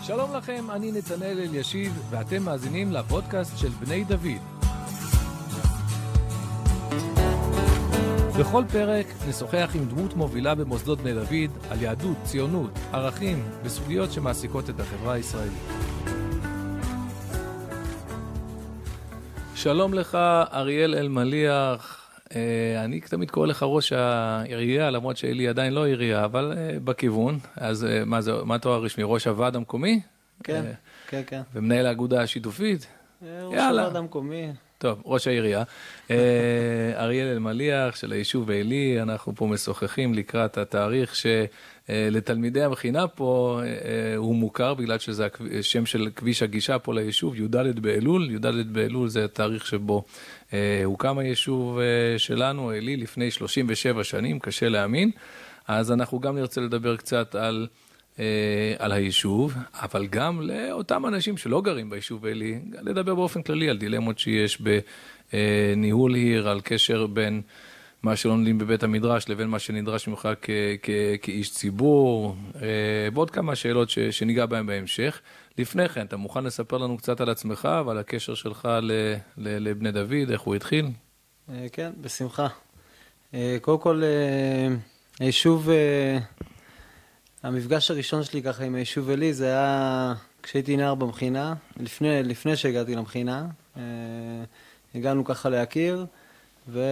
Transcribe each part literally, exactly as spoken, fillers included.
שלום לכם, אני נתנאל אלישיב, ואתם מאזינים לפודקאסט של בני דוד. בכל פרק נשוחח עם דמות מובילה במוסדות בני דוד על יהדות, ציונות, ערכים וסוגיות שמעסיקות את החברה הישראלית. שלום לך, אריאל אלמליח. אני תמיד קורא לך ראש העירייה, למרות שאלי עדיין לא עירייה, אבל בכיוון. אז מה זה, מה תואר רשמי? ראש הוועד המקומי? כן, כן, כן. ומנהל האגודה השיתופית? ראש הוועד המקומי. טוב, ראש העירייה. אריאל אלמליח של היישוב בעלי, אנחנו פה משוחחים לקראת התאריך שלתלמידי המכינה פה הוא מוכר, בגלל שזה השם של כביש הגישה פה ליישוב, י"ד באלול. י"ד באלול זה התאריך שבו הוקם היישוב שלנו, עלי, לפני שלושים ושבע שנים, קשה להאמין. אז אנחנו גם נרצה לדבר קצת על... על היישוב, אבל גם לאותם אנשים שלא גרים ביישוב בעלי, לדבר באופן כללי על דילמות שיש בניהול עיר, על קשר בין מה שלומדים בבית המדרש לבין מה שנדרש ממך כ- כ- כאיש ציבור, ועוד כמה שאלות ש- שניגע בהן בהמשך. לפני כן, אתה מוכן לספר לנו קצת על עצמך ועל הקשר שלך ל- ל- לבני דוד, איך הוא התחיל? כן, בשמחה. קודם כל, היישוב... המפגש הראשון שלי ככה עם היישוב עלי, זה היה כשהייתי נער במכינה, לפני, לפני שהגעתי למכינה. אה, הגענו ככה להכיר, ומה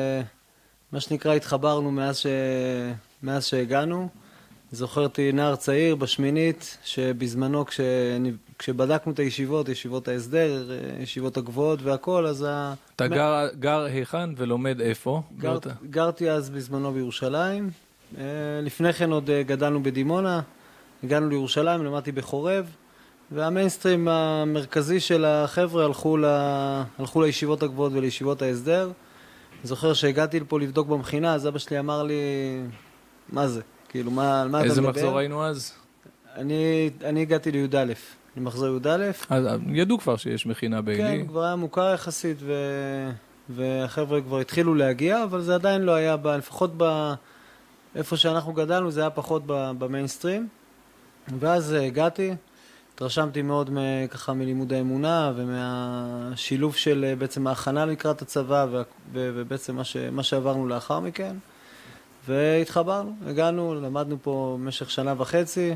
שנקרא התחברנו מאז, ש... מאז שהגענו. זוכרתי נער צעיר בשמינית, שבזמנו כש... כשבדקנו את הישיבות, ישיבות ההסדר, ישיבות הגבוהות והכל, אז... אתה גר, גר היכן ולומד איפה? גר... גרתי אז בזמנו בירושלים. לפני כן עוד גדלנו בדימונה, הגענו לירושלים, למדתי בחורב, והמיינסטרים המרכזי של החבר'ה הלכו, ל... הלכו לישיבות הגבוהות ולישיבות ההסדר. זוכר שהגעתי לפה לבדוק במכינה, אז אבא שלי אמר לי, מה זה? כאילו, מה, מה אתה מדבר? איזה מחזור היינו אז? אני, אני הגעתי לי"א, למחזור י"א. אז ידעו כבר שיש מכינה בעלי? כן, כבר היה מוכר יחסית, ו... והחבר'ה כבר התחילו להגיע, אבל זה עדיין לא היה, ב... לפחות ב... איפה שאנחנו גדלנו זה היה פחות במיינסטרים, ואז הגעתי, התרשמתי מאוד ככה מלימוד האמונה ומהשילוב של בעצם ההכנה לקראת הצבא ובעצם מה, ש, מה שעברנו לאחר מכן, והתחברנו, הגענו, למדנו פה במשך שנה וחצי,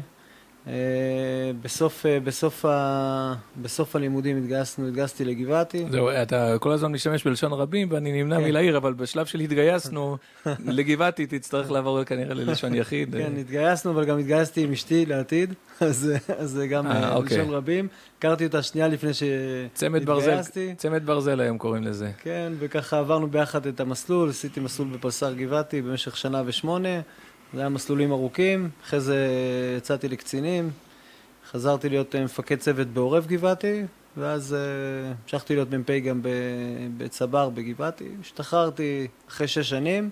בסוף, בסוף, ה, בסוף הלימודים התגייסנו, התגייסתי לגבעתי. זהו, אתה כל הזמן משתמש בלשון רבים ואני נמנע כן. מלהעיר, אבל בשלב של התגייסנו לגבעתי תצטרך לעבור כנראה ללשון יחיד. כן, התגייסנו, אבל גם התגייסתי עם אשתי לעתיד, אז זה גם 아, אוקיי. לשון רבים. הכרתי אותה שנייה לפני שהתגייסתי. צמד ברזל היום קוראים לזה. כן, וככה עברנו ביחד את המסלול, עשיתי מסלול בפלסר גבעתי במשך שנה ושמונה, זה היה מסלולים ארוכים, אחרי זה יצאתי לקצינים, חזרתי להיות מפקד צוות בעורב גבעתי, ואז המשכתי להיות מ"פ גם בצבר בגבעתי, השתחררתי אחרי שש שנים,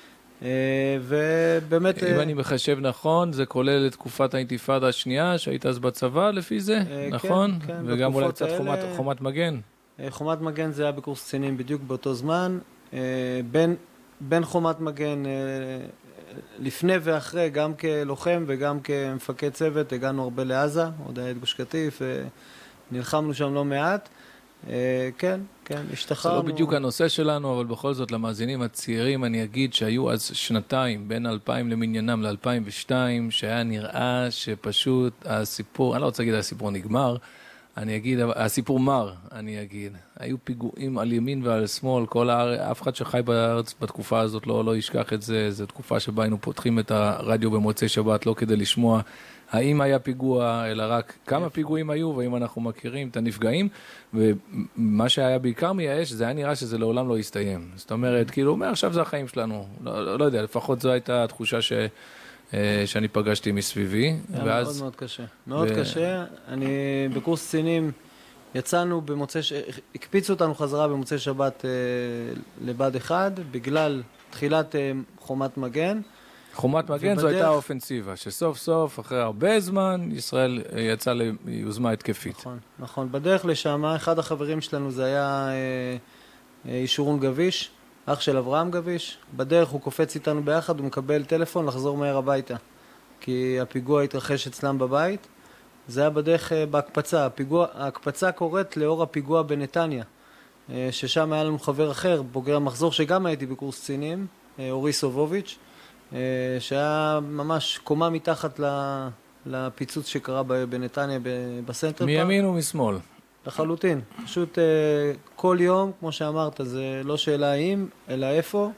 ובאמת... אם אני מחשב נכון, זה כולל את תקופת האינתיפאדה השנייה, שהיית אז בצבא לפי זה, נכון? כן, כן. וגם אולי קצת חומת, חומת מגן. חומת מגן זה היה בקורס קצינים בדיוק באותו זמן, בין, בין חומת מגן... לפני ואחרי, גם כלוחם וגם כמפקד צוות, הגענו הרבה לעזה, עוד היה את גוש קטיף, נלחמנו שם לא מעט. כן, כן, השתחררנו. זה לא בדיוק הנושא שלנו, אבל בכל זאת למאזינים הצעירים אני אגיד שהיו אז שנתיים, בין אלפיים למניינם ל-אלפיים ושתיים, שהיה נראה שפשוט הסיפור, אני לא רוצה להגיד הסיפור נגמר, אני אגיד, הסיפור מר, אני אגיד. היו פיגועים על ימין ועל שמאל, כל הארץ, אף אחד שחי בארץ בתקופה הזאת לא, לא ישכח את זה. זו תקופה שבה היינו פותחים את הרדיו במוצאי שבת, לא כדי לשמוע האם היה פיגוע, אלא רק כמה פיגועים היו, ואם אנחנו מכירים את הנפגעים. ומה שהיה בעיקר מייאש, זה היה נראה שזה לעולם לא יסתיים. זאת אומרת, כאילו, מעכשיו זה החיים שלנו. לא, לא יודע, לפחות זו הייתה התחושה ש... שאני פגשתי מסביבי. היה ואז... מאוד מאוד קשה. מאוד ו... קשה. אני בקורס קצינים יצאנו במוצאי, ש... הקפיצו אותנו חזרה במוצאי שבת אה, לבד אחד, בגלל תחילת אה, חומת מגן. חומת מגן ובדרך... זו הייתה האופנסיבה, שסוף סוף, אחרי הרבה זמן, ישראל יצא ליוזמה התקפית. נכון, נכון. בדרך לשם, אחד החברים שלנו זה היה אה, אה, ישורון גביש, אח של אברהם גביש. בדרך הוא קופץ איתנו ביחד, הוא מקבל טלפון לחזור מהר הביתה. כי הפיגוע התרחש אצלם בבית, זה היה בדרך בהקפצה. הפיגוע, ההקפצה קורית לאור הפיגוע בנתניה, ששם היה לנו חבר אחר, בוגר המחזור, שגם הייתי בקורס קצינים, אורי סובוביץ', שהיה ממש קומה מתחת לפיצוץ שקרה בנתניה בסנטר פארק. מימין ומשמאל. לחלוטין. פשוט כל יום, כמו שאמרת, זה לא שאלה האם, אלא איפה.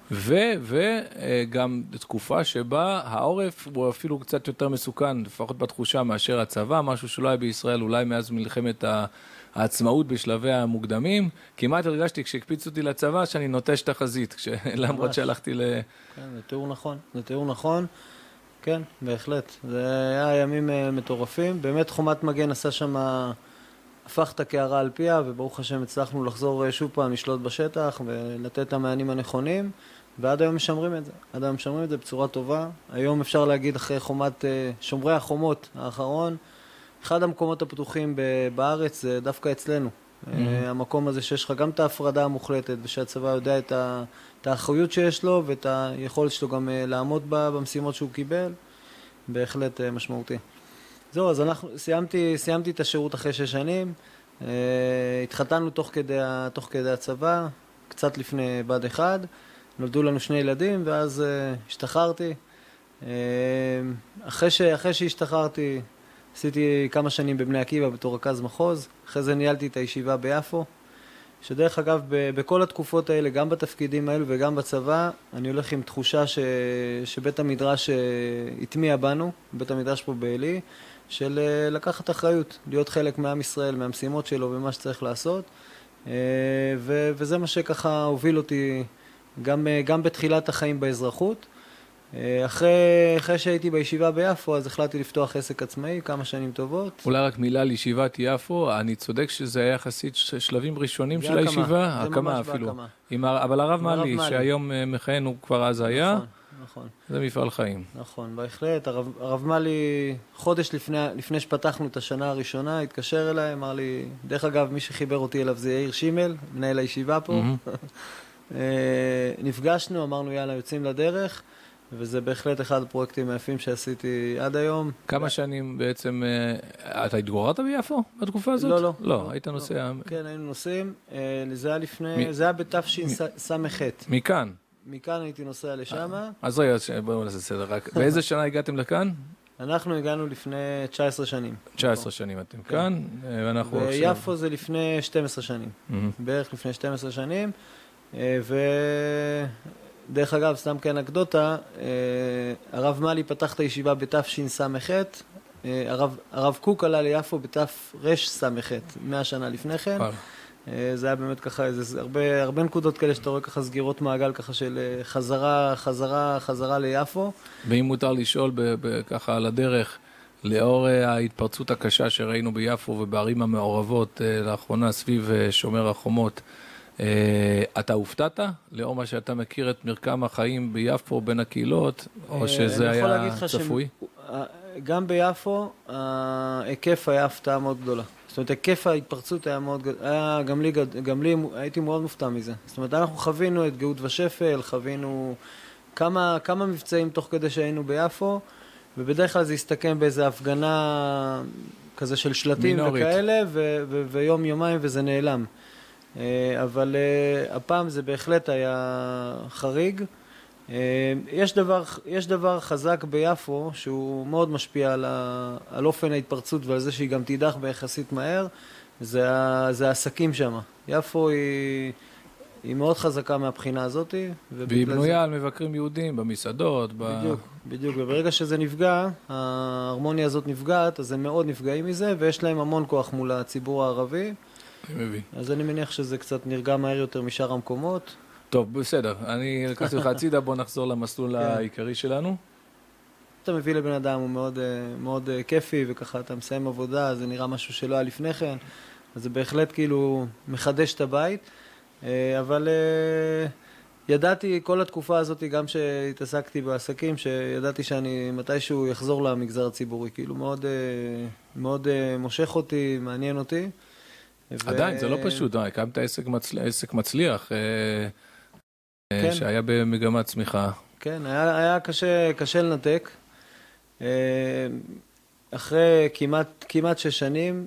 וגם תקופה שבה העורף הוא אפילו קצת יותר מסוכן, לפחות בתחושה מאשר הצבא, משהו שלא היה בישראל, אולי מאז מלחמת העצמאות בשלבי המוקדמים. כמעט הרגשתי כשהקפיצו אותי לצבא שאני נוטש את החזית, למרות שהלכתי ל... כן, זה תיאור נכון. זה תיאור נכון. כן, בהחלט. זה היה ימים מטורפים. באמת חומת מגן עשה שם... הפך את הקערה על פיה, וברוך השם הצלחנו לחזור שוב פעם, לשלוט בשטח ולתת את המענים הנכונים, ועד היום משמרים את זה. עד היום משמרים את זה בצורה טובה. היום אפשר להגיד אחרי חומת, שומרי החומות האחרון, אחד המקומות הפתוחים בארץ זה דווקא אצלנו. Mm-hmm. המקום הזה שיש לך גם את ההפרדה המוחלטת, ושהצבא יודע את, ה, את האחריות שיש לו, ואת היכולת שלו גם לעמוד בה במשימות שהוא קיבל, בהחלט משמעותי. זהו, אז אנחנו, סיימתי, סיימתי את השירות אחרי שש שנים, uh, התחתנו תוך כדי, תוך כדי הצבא, קצת לפני בד אחד, נולדו לנו שני ילדים, ואז uh, השתחררתי. Uh, אחרי, ש, אחרי שהשתחררתי, עשיתי כמה שנים בבני עקיבא בתור רכז מחוז, אחרי זה ניהלתי את הישיבה ביפו, שדרך אגב, ב, בכל התקופות האלה, גם בתפקידים האלו וגם בצבא, אני הולך עם תחושה ש, שבית המדרש התמיע בנו, בית המדרש פה בעלי, של לקחת אחריות, להיות חלק מעם ישראל, מהמשימות שלו ומה שצריך לעשות. ו- וזה מה שככה הוביל אותי גם, גם בתחילת החיים באזרחות. אחרי, אחרי שהייתי בישיבה ביפו, אז החלטתי לפתוח עסק עצמאי, כמה שנים טובות. אולי רק מילה על ישיבת יפו, אני צודק שזה היה יחסית שלבים ראשונים של הקמה. הישיבה? זה הקמה ממש אפילו. בהקמה. עם, אבל הרב מאלי, מאלי, שהיום מכהן הוא כבר אז היה, נכון, נכון. זה מפעל חיים. נכון, בהחלט. הרב, הרב מאלי, חודש לפני, לפני שפתחנו את השנה הראשונה, התקשר אליי, אמר לי, דרך אגב, מי שחיבר אותי אליו זה יאיר שימל, מנהל הישיבה פה. Mm-hmm. נפגשנו, אמרנו יאללה, יוצאים לדרך. וזה בהחלט אחד הפרויקטים היפים שעשיתי עד היום. כמה שנים בעצם, אתה התגוררת ביפו בתקופה הזאת? לא, לא. לא, היית נוסע. כן, היינו נוסעים. זה היה לפני, זה היה בתשס"ח. מכאן? מכאן הייתי נוסע לשם. אז רגע, בואו נעשה סדר. באיזה שנה הגעתם לכאן? אנחנו הגענו לפני תשע עשרה שנים. תשע עשרה שנים אתם כאן, ואנחנו עכשיו... ויפו זה לפני שתים עשרה שנים. בערך לפני שתים עשרה שנים. ו... דרך אגב, סתם כאנקדוטה, הרב מאלי פתח את הישיבה בתשס"ח, הרב, הרב קוק עלה ליפו בתרס"ח, מאה שנה לפני כן. זה היה באמת ככה, זה הרבה, הרבה נקודות כאלה שאתה רואה ככה סגירות מעגל ככה של חזרה, חזרה, חזרה ליפו. ואם מותר לשאול ככה על הדרך, לאור ההתפרצות הקשה שראינו ביפו ובערים המעורבות לאחרונה סביב שומר החומות, Uh, אתה הופתעת? לאור מה שאתה מכיר את מרקם החיים ביפו בין הקהילות, או שזה היה צפוי? גם ביפו ההיקף היה הפתעה מאוד גדולה. זאת אומרת, היקף ההתפרצות היה מאוד גדול. גם לי, גם לי הייתי מאוד מופתע מזה. זאת אומרת, אנחנו חווינו את גאות ושפל, חווינו כמה, כמה מבצעים תוך כדי שהיינו ביפו, ובדרך כלל זה הסתכם באיזו הפגנה כזה של שלטים מינורית. וכאלה, ו- ו- ויום יומיים וזה נעלם. אבל הפעם זה בהחלט היה חריג. יש דבר, יש דבר חזק ביפו שהוא מאוד משפיע על, ה, על אופן ההתפרצות ועל זה שהיא גם תידח ביחסית מהר, זה, זה העסקים שם. יפו היא, היא מאוד חזקה מהבחינה הזאת. והיא בנויה זה... על מבקרים יהודים במסעדות. בדיוק, ב... בדיוק. וברגע שזה נפגע, ההרמוניה הזאת נפגעת, אז הם מאוד נפגעים מזה, ויש להם המון כוח מול הציבור הערבי. אני מבין. אז אני מניח שזה קצת נרגע מהר יותר משאר המקומות. טוב, בסדר. אני לקחתי לך הצידה, בוא נחזור למסלול העיקרי שלנו. אתה מביא לבן אדם, הוא מאוד, מאוד כיפי, וככה אתה מסיים עבודה, זה נראה משהו שלא היה לפני כן. אז זה בהחלט כאילו מחדש את הבית. אבל ידעתי כל התקופה הזאת, גם שהתעסקתי בעסקים, שידעתי שאני מתישהו יחזור למגזר הציבורי. כאילו מאוד, מאוד מושך אותי, מעניין אותי. עדיין, זה לא פשוט, הקמת עסק מצליח, שהיה במגמת צמיחה. כן, היה קשה לנתק. אחרי כמעט, כמעט שש שנים,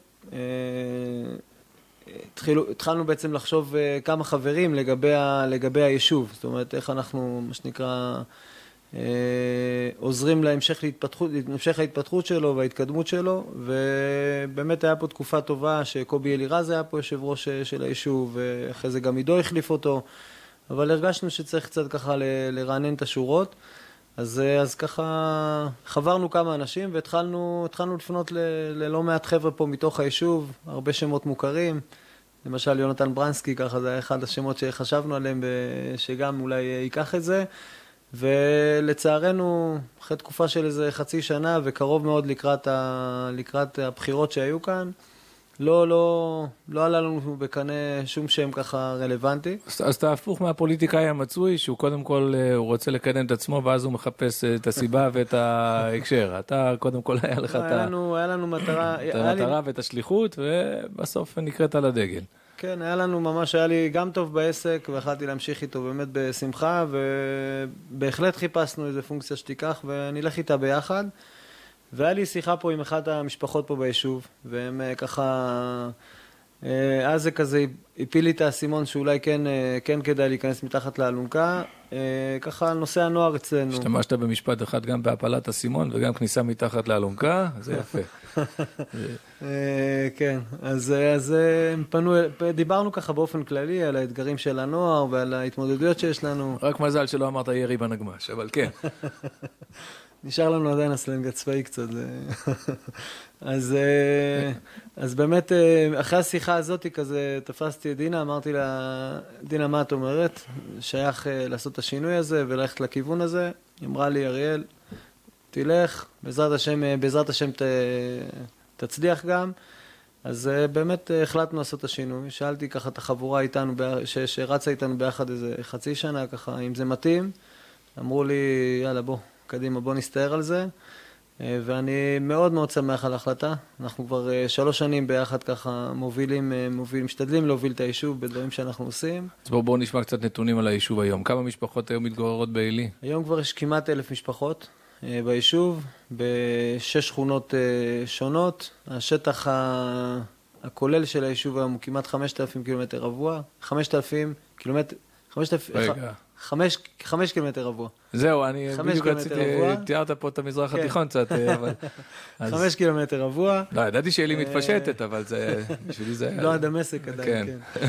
התחילו, התחלנו בעצם לחשוב כמה חברים לגבי, ה, לגבי היישוב. זאת אומרת, איך אנחנו, מה שנקרא, עוזרים להמשך להתפתחות, להמשך ההתפתחות שלו וההתקדמות שלו, ובאמת היה פה תקופה טובה שקובי אלירז היה פה יושב ראש של היישוב, ואחרי זה גם עידו החליף אותו, אבל הרגשנו שצריך קצת ככה לרענן את השורות. אז, אז ככה חברנו כמה אנשים והתחלנו התחלנו לפנות ל, ללא מעט חבר'ה פה מתוך היישוב, הרבה שמות מוכרים, למשל יונתן ברנסקי, ככה זה היה אחד השמות שחשבנו עליהם שגם אולי ייקח את זה, ולצערנו אחרי תקופה של איזה חצי שנה וקרוב מאוד לקראת, ה, לקראת הבחירות שהיו כאן, לא, לא, לא עלה לנו בקנה שום שם ככה רלוונטי. אז, אז אתה הפוך מהפוליטיקאי המצוי, שהוא קודם כל הוא רוצה לקדם את עצמו, ואז הוא מחפש את הסיבה ואת ההקשר. אתה קודם כל היה לך לא, את היה לנו, היה לנו מטרה, את המטרה לי... ואת השליחות, ובסוף נקראת על הדגל. כן, היה לנו ממש, היה לי גם טוב בעסק, והחלטתי להמשיך איתו באמת בשמחה, ובהחלט חיפשנו איזו פונקציה שתיקח, ונלך איתה ביחד. והיה לי שיחה פה עם אחת המשפחות פה ביישוב, והם ככה, אז זה כזה הפיל לי את האסימון שאולי כן, כן כדאי להיכנס מתחת לאלונקה, ככה נושא הנוער אצלנו. השתמשת במשפט אחד גם בהפלת האסימון וגם כניסה מתחת לאלונקה, זה יפה. כן, אז, אז פנו, דיברנו ככה באופן כללי על האתגרים של הנוער ועל ההתמודדויות שיש לנו. רק מזל שלא אמרת ירי בנגמש, אבל כן. נשאר לנו עדיין הסלנג הצבאי קצת. אז, אז באמת, אחרי השיחה הזאת כזה תפסתי את דינה, אמרתי לה, דינה, מה את אומרת? שייך לעשות את השינוי הזה וללכת לכיוון הזה. היא אמרה לי, אריאל, תלך, בעזרת השם, בעזרת השם ת, תצליח גם. אז באמת החלטנו לעשות את השינוי. שאלתי ככה את החבורה איתנו, שרצה איתנו ביחד איזה חצי שנה, ככה, אם זה מתאים. אמרו לי, יאללה, בוא. קדימה, בוא נסתער על זה, ואני מאוד מאוד שמח על ההחלטה. אנחנו כבר שלוש שנים ביחד ככה מובילים, מובילים, משתדלים להוביל את היישוב בדברים שאנחנו עושים. אז בואו בוא נשמע קצת נתונים על היישוב היום. כמה משפחות היום מתגוררות בעלי? היום כבר יש כמעט אלף משפחות ביישוב, בשש שכונות שונות. השטח הכולל של היישוב היום הוא כמעט חמשת אלפים קילומטר רבוע. חמשת אלפים קילומטר... חמשת אלפים... רגע. חמש, חמש קילומטר רבוע. זהו, אני בדיוק רציתי, תיארת פה את המזרח התיכון קצת, אבל... חמש קילומטר רבוע. לא, ידעתי שאלי מתפשטת, אבל זה, בשבילי זה... לא עד דמשק עדיין, כן.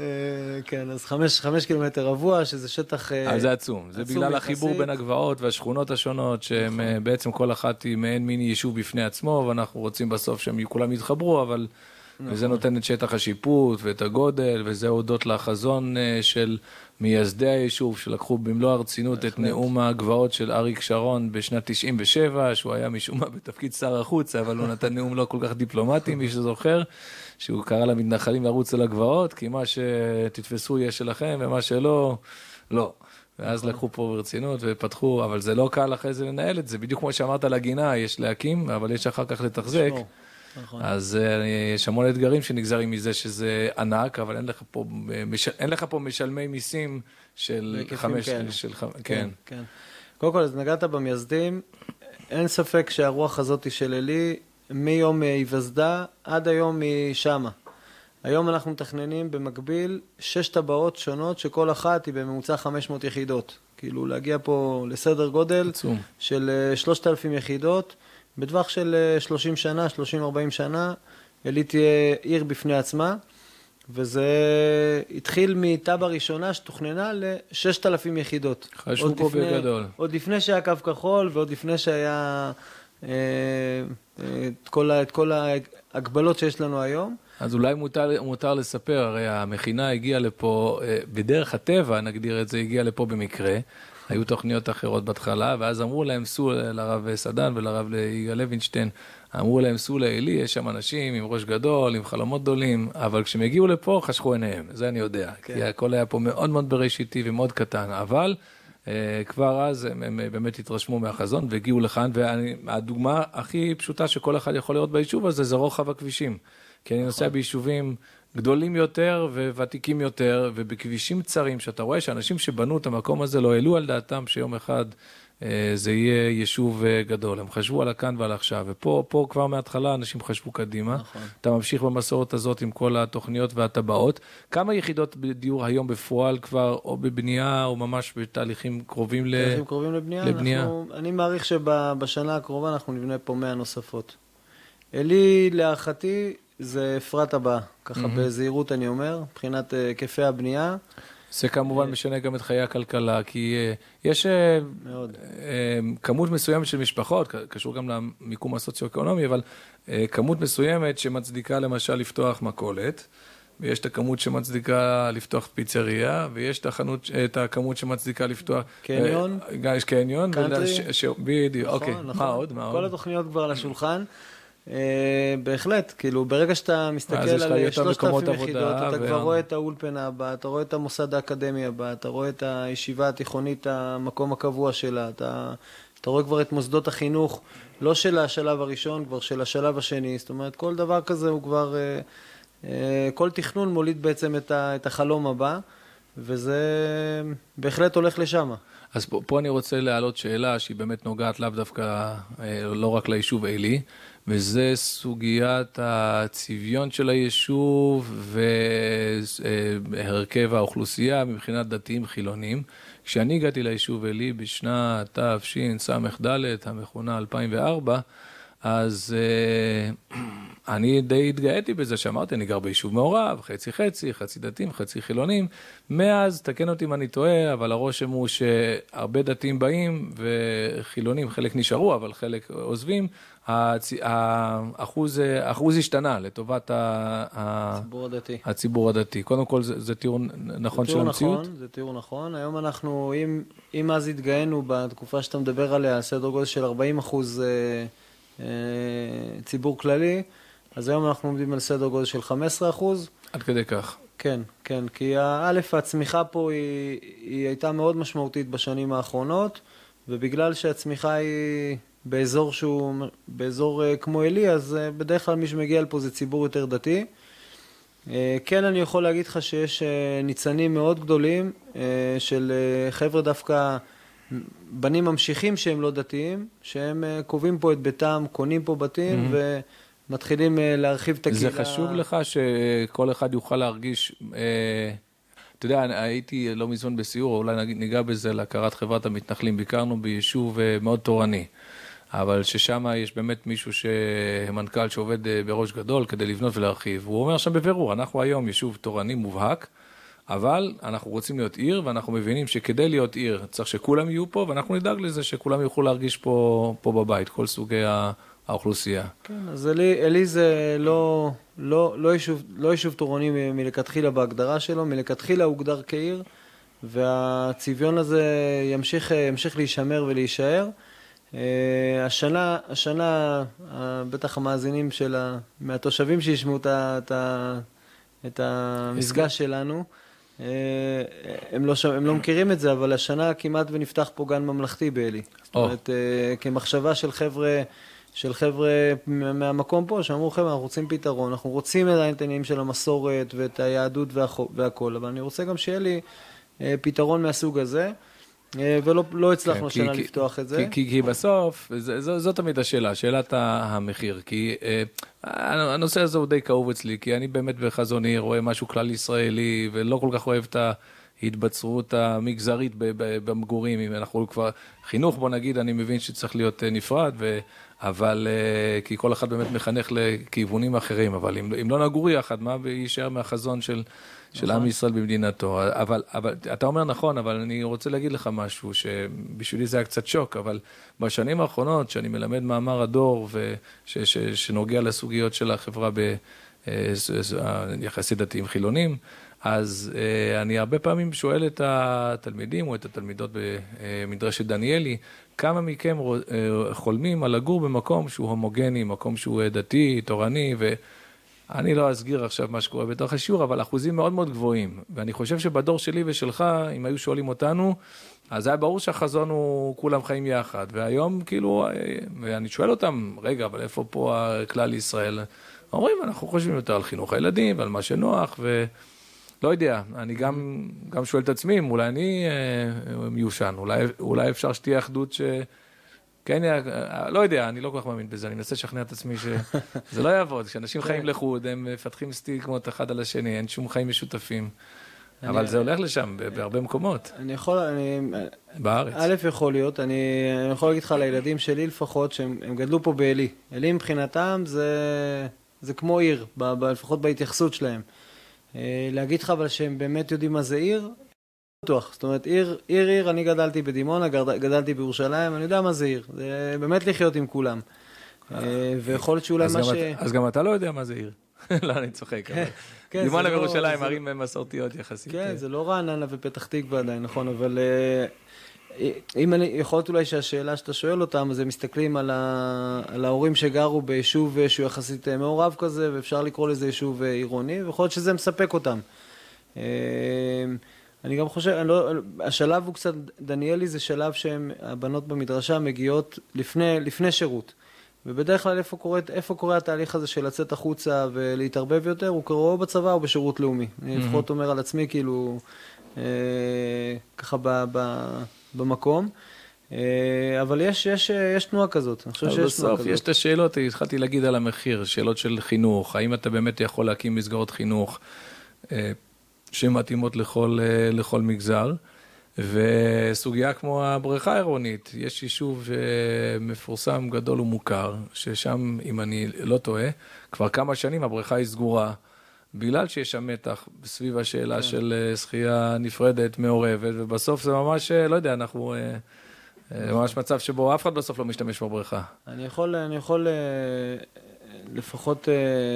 כן, אז חמש קילומטר רבוע, שזה שטח... אז זה עצום. זה בגלל החיבור בין הגבעות והשכונות השונות, שהם בעצם כל אחת היא מעין מיני יישוב בפני עצמו, ואנחנו רוצים בסוף שהם כולם יתחברו, אבל... וזה נותן את שטח השיפוט ואת הגודל, וזה הודות לחזון של מייסדי היישוב, שלקחו במלוא הרצינות את נאום הגבעות של אריק שרון בשנת תשעים ושבע, שהוא היה משום מה בתפקיד שר החוץ, אבל הוא נתן נאום לא כל כך דיפלומטי, מי שזוכר, שהוא קרא למתנחלים לרוץ על הגבעות, כי מה שתתפסו יהיה שלכם, ומה שלא, לא. ואז לקחו פה ברצינות ופתחו, אבל זה לא קל אחרי זה לנהל את זה, בדיוק כמו שאמרת לגינה, יש להקים, אבל יש אחר כך לתחזק. נכון. אז יש המון אתגרים שנגזרים מזה שזה ענק, אבל אין לך פה, אין לך פה משלמי מיסים של חמש, של חמש, כן. כן. קודם כל, אז נגעת במייסדים, אין ספק שהרוח הזאת של אלי, מיום היווסדה עד היום היא שמה. היום אנחנו מתכננים במקביל שש טבעות שונות, שכל אחת היא בממוצע חמש מאות יחידות. כאילו להגיע פה לסדר גודל עצום. של שלושת אלפים יחידות, בטווח של שלושים שנה, שלושים ארבעים שנה, אלי תהיה עיר בפני עצמה, וזה התחיל מטאבה ראשונה שתוכננה ל-ששת אלפים יחידות. חשוב פה בגדול. עוד לפני שהיה קו כחול, ועוד לפני שהיה אה, את כל, את כל ההגבלות שיש לנו היום. אז אולי מותר, מותר לספר, הרי המכינה הגיעה לפה, בדרך הטבע, נגדיר את זה, הגיעה לפה במקרה. היו תוכניות אחרות בהתחלה, ואז אמרו להם, סעו לרב סדן ולרב יגאל לוינשטיין, אמרו להם, סעו לאלי, יש שם אנשים עם ראש גדול, עם חלומות גדולים, אבל כשהם הגיעו לפה, חשכו עיניהם, זה אני יודע, כן. כי הכל היה פה מאוד מאוד בראשיתי ומאוד קטן, אבל אה, כבר אז הם, הם באמת התרשמו מהחזון והגיעו לכאן, והדוגמה הכי פשוטה שכל אחד יכול לראות ביישוב הזה, זה רוחב הכבישים, כי אני נוסע ביישובים גדולים יותר וותיקים יותר, ובכבישים צרים, שאתה רואה שאנשים שבנו את המקום הזה לא העלו על דעתם שיום אחד זה יהיה יישוב גדול. הם חשבו על הכאן ועל עכשיו, ופה פה כבר מההתחלה אנשים חשבו קדימה. נכון. אתה ממשיך במסורת הזאת עם כל התוכניות והטבעות. כמה יחידות דיור היום בפועל כבר, או בבנייה, או ממש בתהליכים קרובים, תהליכים ל... קרובים לבנייה? לבנייה? אנחנו, אני מעריך שבשנה הקרובה אנחנו נבנה פה מאה נוספות. אלי, להערכתי, זה אפרת הבא, ככה mm-hmm. בזהירות אני אומר, מבחינת היקפי הבנייה. זה כמובן משנה גם את חיי הכלכלה, כי יש מאוד. כמות מסוימת של משפחות, קשור גם למיקום הסוציו-אקונומי, אבל כמות מסוימת שמצדיקה למשל לפתוח מכולת, ויש את הכמות שמצדיקה לפתוח פיצריה, ויש את, החנות, את הכמות שמצדיקה לפתוח... קניון. יש קניון. קאנטרי. ש... בדיוק, נכון, אוקיי. נכון. מה עוד? מה כל עוד? התוכניות כבר על השולחן. Uh, בהחלט, כאילו ברגע שאתה מסתכל על שלושת אלפים יחידות, אתה ו... כבר רואה את האולפן הבא, אתה רואה את המוסד האקדמי הבא, אתה רואה את הישיבה התיכונית, המקום הקבוע שלה, אתה, אתה רואה כבר את מוסדות החינוך, לא של השלב הראשון, כבר של השלב השני, זאת אומרת, כל דבר כזה הוא כבר, uh, uh, כל תכנון מוליד בעצם את, ה, את החלום הבא, וזה בהחלט הולך לשם. אז פה, פה אני רוצה להעלות שאלה שהיא באמת נוגעת לאו דווקא, לא רק ליישוב עלי, וזה סוגיית הצביון של היישוב והרכב האוכלוסייה מבחינת דתיים חילונים. כשאני הגעתי ליישוב עלי בשנת תשס"ד, המכונה אלפיים וארבע, אז uh, אני די התגאיתי בזה שאמרתי, אני גר ביישוב מעורב, חצי חצי, חצי דתיים, חצי חילונים. מאז, תקן אותי אם אני טועה, אבל הרושם הוא שהרבה דתיים באים וחילונים, חלק נשארו, אבל חלק עוזבים. האחוז, האחוז השתנה לטובת הציבור הדתי. הציבור הדתי. קודם כל, זה, זה תיאור נכון של המציאות? נכון, זה תיאור נכון. היום אנחנו, אם, אם אז התגאינו בתקופה שאתה מדבר עליה, סדר גודל של ארבעים אחוז ציבור כללי, אז היום אנחנו עומדים על סדר גודל של חמישה עשר אחוז. עד כדי כך. כן, כן, כי א', הצמיחה פה היא, היא הייתה מאוד משמעותית בשנים האחרונות, ובגלל שהצמיחה היא באזור שהוא, באזור כמו אלי, אז בדרך כלל מי שמגיע לפה זה ציבור יותר דתי. כן, אני יכול להגיד לך שיש ניצנים מאוד גדולים של חבר'ה דווקא בנים ממשיכים שהם לא דתיים, שהם קובעים פה את ביתם, קונים פה בתים mm-hmm. ומתחילים להרחיב את הקהילה. זה חשוב לך שכל אחד יוכל להרגיש, אתה יודע, הייתי לא מזמן בסיור, אולי ניגע בזה להכרת חברת המתנחלים, ביקרנו ביישוב מאוד תורני, אבל ששם יש באמת מישהו שמנכ"ל שעובד בראש גדול כדי לבנות ולהרחיב, הוא אומר שם בבירור, אנחנו היום יישוב תורני מובהק, אבל אנחנו רוצים להיות עיר, ואנחנו מבינים שכדי להיות עיר צריך שכולם יהיו פה, ואנחנו נדאג לזה שכולם יוכלו להרגיש פה, פה בבית, כל סוגי האוכלוסייה. כן, אז אלי, אלי זה לא, לא, לא יישוב, לא יישוב תורני מ- מלכתחילה בהגדרה שלו, מלכתחילה הוגדר כעיר, והצביון הזה ימשיך, ימשיך להישמר ולהישאר. השנה, השנה, בטח המאזינים של ה, מהתושבים שישמעו את, את, את המפגש שלנו, הם לא, הם לא מכירים את זה, אבל השנה כמעט ונפתח פה גן ממלכתי באלי. זאת אומרת, כמחשבה של חבר'ה, של חבר'ה מהמקום פה, שאמרו, חבר'ה, אנחנו רוצים פתרון, אנחנו רוצים עדיין את העניינים של המסורת ואת היהדות והכל, אבל אני רוצה גם שיהיה לי פתרון מהסוג הזה, ולא לא הצלחנו השנה לפתוח את זה. כי בסוף, זו תמיד השאלה, שאלת המחיר, כי הנושא הזה הוא די כאוב אצלי, כי אני באמת בחזוני רואה משהו כלל ישראלי, ולא כל כך אוהב את ההתבצרות המגזרית במגורים, אם אנחנו כבר חינוך, בוא נגיד, אני מבין שצריך להיות נפרד, אבל כי כל אחד באמת מחנך לכיוונים אחרים, אבל אם לא נגור יחד, מה יישאר מהחזון של... של עם ישראל במדינתו, אבל, אבל, אתה אומר נכון, אבל אני רוצה להגיד לך משהו, שבשבילי זה היה קצת שוק, אבל בשנים האחרונות, שאני מלמד מאמר הדור, וש, ש, שנוגע לסוגיות של החברה ביחסי דתיים חילונים, אז אני הרבה פעמים שואל את התלמידים, או את התלמידות במדרשת דניאלי, כמה מכם חולמים על לגור במקום שהוא הומוגני, מקום שהוא דתי, תורני, ו... אני לא אסגיר עכשיו מה שקורה בתוך השיעור, אבל אחוזים מאוד מאוד גבוהים. ואני חושב שבדור שלי ושלך, אם היו שואלים אותנו, אז היה ברור שהחזון הוא כולם חיים יחד. והיום כאילו, ואני שואל אותם, רגע, אבל איפה פה כלל ישראל? אומרים, אנחנו חושבים יותר על חינוך הילדים ועל מה שנוח, ולא לא יודע, אני גם, גם שואל את עצמי, אולי אני אה, מיושן, אולי, אולי אפשר שתהיה אחדות ש... כן, לא יודע, אני לא כל כך מאמין בזה, אני מנסה לשכנע את עצמי שזה לא יעבוד, כשאנשים חיים לחוד, הם מפתחים סטיגמות אחד על השני, אין שום חיים משותפים, אבל זה הולך לשם, בהרבה מקומות. אני יכול, אני... בארץ. א' יכול להיות, אני יכול להגיד לך לילדים שלי לפחות, שהם גדלו פה באלי. אלי מבחינתם זה כמו עיר, לפחות בהתייחסות שלהם. להגיד לך אבל שהם באמת יודעים מה זה עיר, בטוח. זאת אומרת, עיר, עיר, עיר, אני גדלתי בדימונה, גדלתי בירושלים, אני יודע מה זה עיר. זה באמת לחיות עם כולם. ויכול להיות שאולי מה ש... אז גם אתה לא יודע מה זה עיר. לא, אני צוחק. דימונה בירושלים, ערים מסורתיות יחסית. כן, זה לא רעננה ופתח תקווה עדיין, נכון, אבל אם אני, יכול להיות אולי שהשאלה שאתה שואל אותם, אז הם מסתכלים על ההורים שגרו ביישוב שהוא יחסית מעורב כזה, ואפשר לקרוא לזה יישוב עירוני, ויכול להיות שזה מספק אותם. אני גם חושב, אני לא, השלב הוא קצת, דניאלי זה שלב שהבנות במדרשה מגיעות לפני, לפני שירות. ובדרך כלל איפה קורה, איפה קורה התהליך הזה של לצאת החוצה ולהתערבב יותר, הוא קורה או בצבא או בשירות לאומי. אני לפחות אומר על עצמי, כאילו, אה, ככה ב, ב, במקום. אה, אבל יש, יש, יש תנועה כזאת. אני חושב שיש תנועה כזאת. יש את השאלות, התחלתי להגיד על המחיר, שאלות של חינוך. האם אתה באמת יכול להקים מסגרות חינוך אה, שמתאימות לכל, לכל מגזר? וסוגיה כמו הבריכה העירונית, יש יישוב מפורסם, גדול ומוכר, ששם, אם אני לא טועה, כבר כמה שנים הבריכה היא סגורה, בגלל שיש שם מתח סביב השאלה של שחייה נפרדת, מעורבת, ובסוף זה ממש, לא יודע, אנחנו, ממש מצב שבו אף אחד בסוף לא משתמש בבריכה. אני יכול, אני יכול לפחות,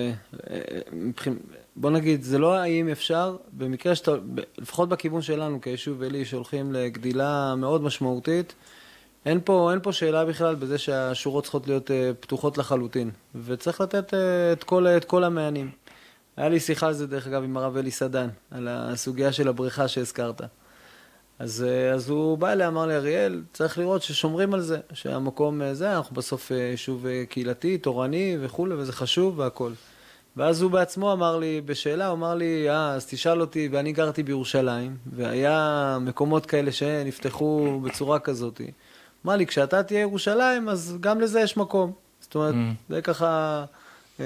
בוא נגיד, זה לא האם אפשר, במקרה שאתה, לפחות בכיוון שלנו כיישוב אלי, שהולכים לגדילה מאוד משמעותית, אין פה, אין פה שאלה בכלל בזה שהשורות צריכות להיות פתוחות לחלוטין, וצריך לתת את כל, את כל המענים. היה לי שיחה על זה, דרך אגב, עם הרב אלי סדן, על הסוגיה של הבריכה שהזכרת. אז, אז הוא בא אליי, אמר לי, אריאל, צריך לראות ששומרים על זה, שהמקום זה, אנחנו בסוף יישוב קהילתי, תורני וכו', וזה חשוב והכל. ואז הוא בעצמו אמר לי, בשאלה, הוא אמר לי, אה, אז תשאל אותי, ואני גרתי בירושלים, והיה מקומות כאלה שנפתחו בצורה כזאת. אמר לי, כשאתה תהיה ירושלים, אז גם לזה יש מקום. זאת אומרת, mm. זה ככה אה,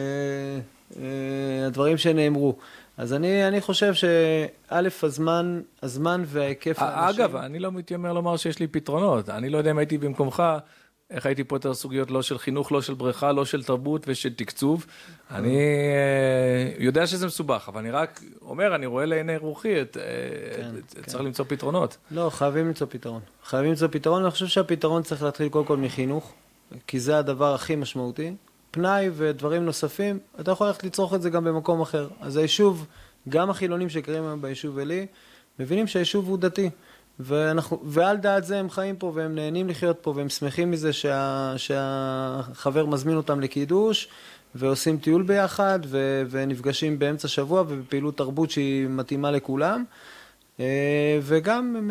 אה, הדברים שנאמרו. אז אני, אני חושב שא', הזמן, הזמן וההיקף האנשים... אגב, אני לא מתיימר לומר שיש לי פתרונות. אני לא יודע אם הייתי במקומך, איך הייתי פותר סוגיות לא של חינוך, לא של בריכה, לא של תרבות ושל תקצוב. אני יודע שזה מסובך, אבל אני רק אומר, אני רואה לעיני רוחי, צריך למצוא פתרונות. לא, חייבים למצוא פתרון. חייבים למצוא פתרון, אני חושב שהפתרון צריך להתחיל קודם כל מחינוך, כי זה הדבר הכי משמעותי. פנאי ודברים נוספים, אתה יכול ללכת לצרוך את זה גם במקום אחר. אז היישוב, גם החילונים שקרים היום ביישוב אלי, מבינים שהיישוב הוא דתי. ואנחנו, ועל דעת זה הם חיים פה, והם נהנים לחיות פה, והם שמחים מזה שה, שהחבר מזמין אותם לקידוש, ועושים טיול ביחד, ו, ונפגשים באמצע שבוע, ובפעילות תרבות שהיא מתאימה לכולם. וגם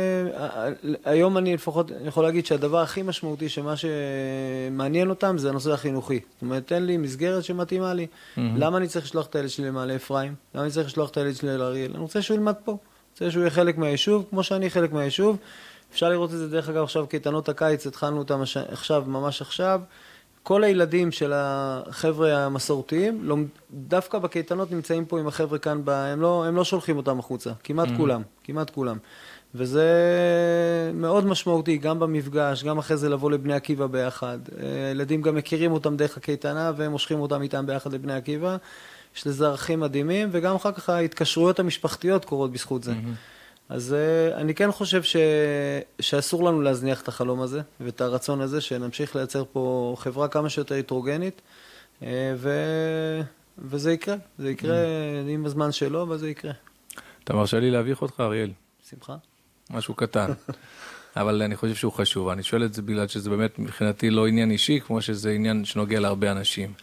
היום אני לפחות אני יכול להגיד שהדבר הכי משמעותי שמה שמעניין אותם זה הנושא החינוכי. זאת אומרת, תן לי מסגרת שמתאימה לי. למה אני צריך לשלוח את הילד שלי למעלה אפרים? למה אני צריך לשלוח את הילד שלי לאריאל? אני רוצה שהוא ילמד פה. אני רוצה שהוא יהיה חלק מהיישוב, כמו שאני חלק מהיישוב. אפשר לראות את זה דרך אגב עכשיו קייטנות הקיץ, התחלנו אותם עכשיו, ממש עכשיו. כל הילדים של החבר'ה המסורתיים, דווקא בקייטנות נמצאים פה עם החבר'ה כאן, הם לא, הם לא שולחים אותם החוצה, כמעט mm-hmm. כולם, כמעט כולם. וזה מאוד משמעותי, גם במפגש, גם אחרי זה לבוא לבני עקיבא ביחד. ילדים גם מכירים אותם דרך הקייטנה, והם מושכים אותם איתם ביחד לבני עקיבא. יש לזה ערכים מדהימים, וגם אחר כך ההתקשרויות המשפחתיות קורות בזכות זה. Mm-hmm. אז אני כן חושב ש... שאסור לנו להזניח את החלום הזה, ואת הרצון הזה, שנמשיך לייצר פה חברה כמה שיותר היטרוגנית, ו... וזה יקרה. זה יקרה עם הזמן שלו, וזה יקרה. אתה מרשה לי להביך אותך, אריאל? שמחה. משהו קטן. אבל אני חושב שהוא חשוב. אני שואל את זה בגלל שזה באמת מבחינתי לא עניין אישי, כמו שזה עניין שנוגע להרבה אנשים.